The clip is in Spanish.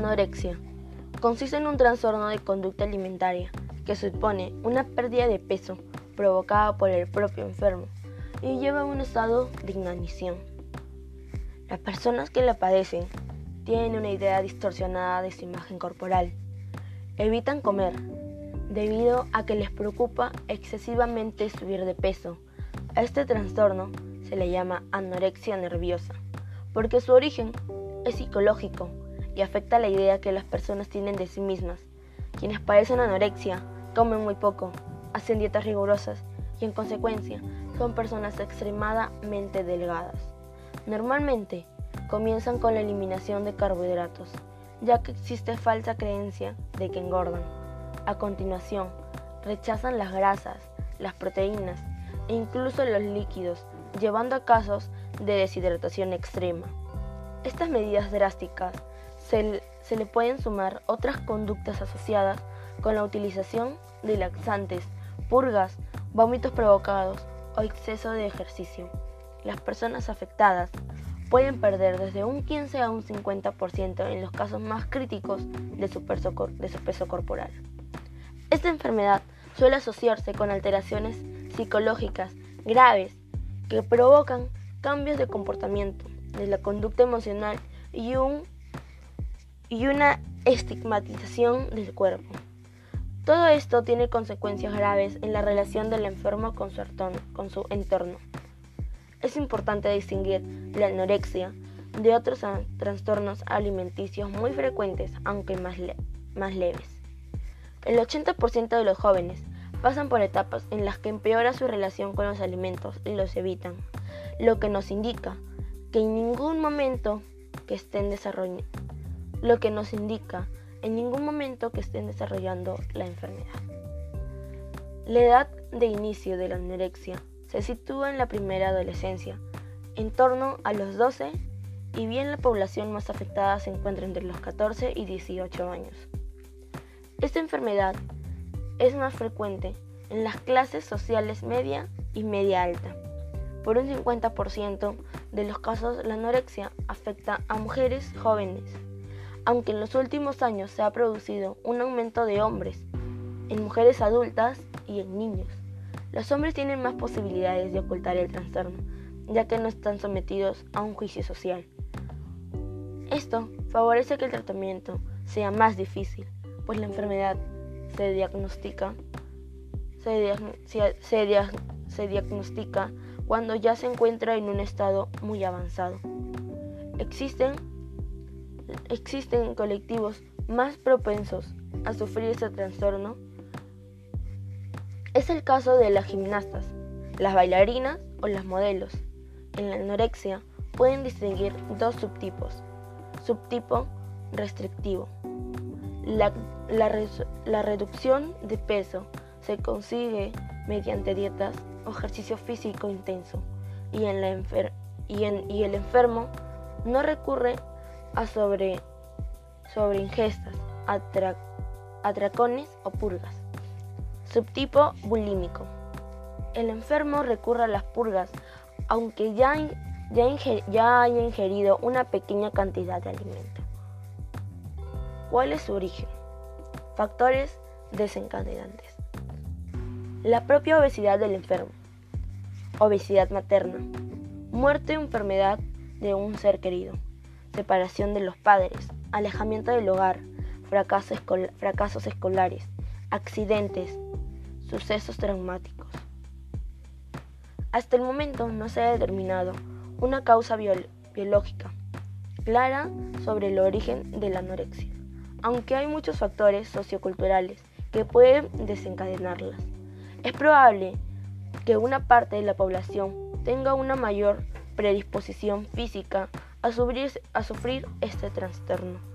anorexia consiste en un trastorno de conducta alimentaria que supone una pérdida de peso provocada por el propio enfermo y lleva a un estado de inanición. Las personas que la padecen tienen una idea distorsionada de su imagen corporal. Evitan comer debido a que les preocupa excesivamente subir de peso. A este trastorno se le llama anorexia nerviosa, porque su origen es psicológico y afecta la idea que las personas tienen de sí mismas. Quienes padecen anorexia comen muy poco, hacen dietas rigurosas y en consecuencia son personas extremadamente delgadas. Normalmente comienzan con la eliminación de carbohidratos, ya que existe falsa creencia de que engordan. A continuación, rechazan las grasas, las proteínas e incluso los líquidos, llevando a casos de deshidratación extrema. Estas medidas drásticas se le pueden sumar otras conductas asociadas con la utilización de laxantes, purgas, vómitos provocados o exceso de ejercicio. Las personas afectadas pueden perder desde un 15 a un 50% en los casos más críticos de su peso corporal. Esta enfermedad suele asociarse con alteraciones psicológicas graves que provocan cambios de comportamiento, de la conducta emocional y una estigmatización del cuerpo. Todo esto tiene consecuencias graves en la relación del enfermo con su entorno. Es importante distinguir la anorexia de otros trastornos alimenticios muy frecuentes, aunque más leves. El 80% de los jóvenes pasan por etapas en las que empeora su relación con los alimentos y los evitan, lo que nos indica que en ningún momento que estén desarrollando la enfermedad. La edad de inicio de la anorexia se sitúa en la primera adolescencia, en torno a los 12, y bien la población más afectada se encuentra entre los 14 y 18 años. Esta enfermedad es más frecuente en las clases sociales media y media alta. Por un 50% de los casos la anorexia afecta a mujeres jóvenes, aunque en los últimos años se ha producido un aumento de hombres, en mujeres adultas y en niños. Los hombres tienen más posibilidades de ocultar el trastorno, ya que no están sometidos a un juicio social. Esto favorece que el tratamiento sea más difícil, pues la enfermedad se diagnostica cuando ya se encuentra en un estado muy avanzado. Existen colectivos más propensos a sufrir este trastorno. Es el caso de las gimnastas, las bailarinas o las modelos. En la anorexia pueden distinguir dos subtipos. Subtipo restrictivo. La reducción de peso se consigue mediante dietas o ejercicio físico intenso y el enfermo no recurre a sobreingestas, atracones o purgas. Subtipo bulímico. El enfermo recurre a las purgas aunque ya haya ingerido una pequeña cantidad de alimento. ¿Cuál es su origen? Factores desencadenantes. La propia obesidad del enfermo. Obesidad materna. Muerte o enfermedad de un ser querido. Separación de los padres. Alejamiento del hogar. Fracasos escolares. Accidentes. Sucesos traumáticos. Hasta el momento no se ha determinado una causa biológica clara sobre el origen de la anorexia, aunque hay muchos factores socioculturales que pueden desencadenarlas. Es probable que una parte de la población tenga una mayor predisposición física a sufrir este trastorno.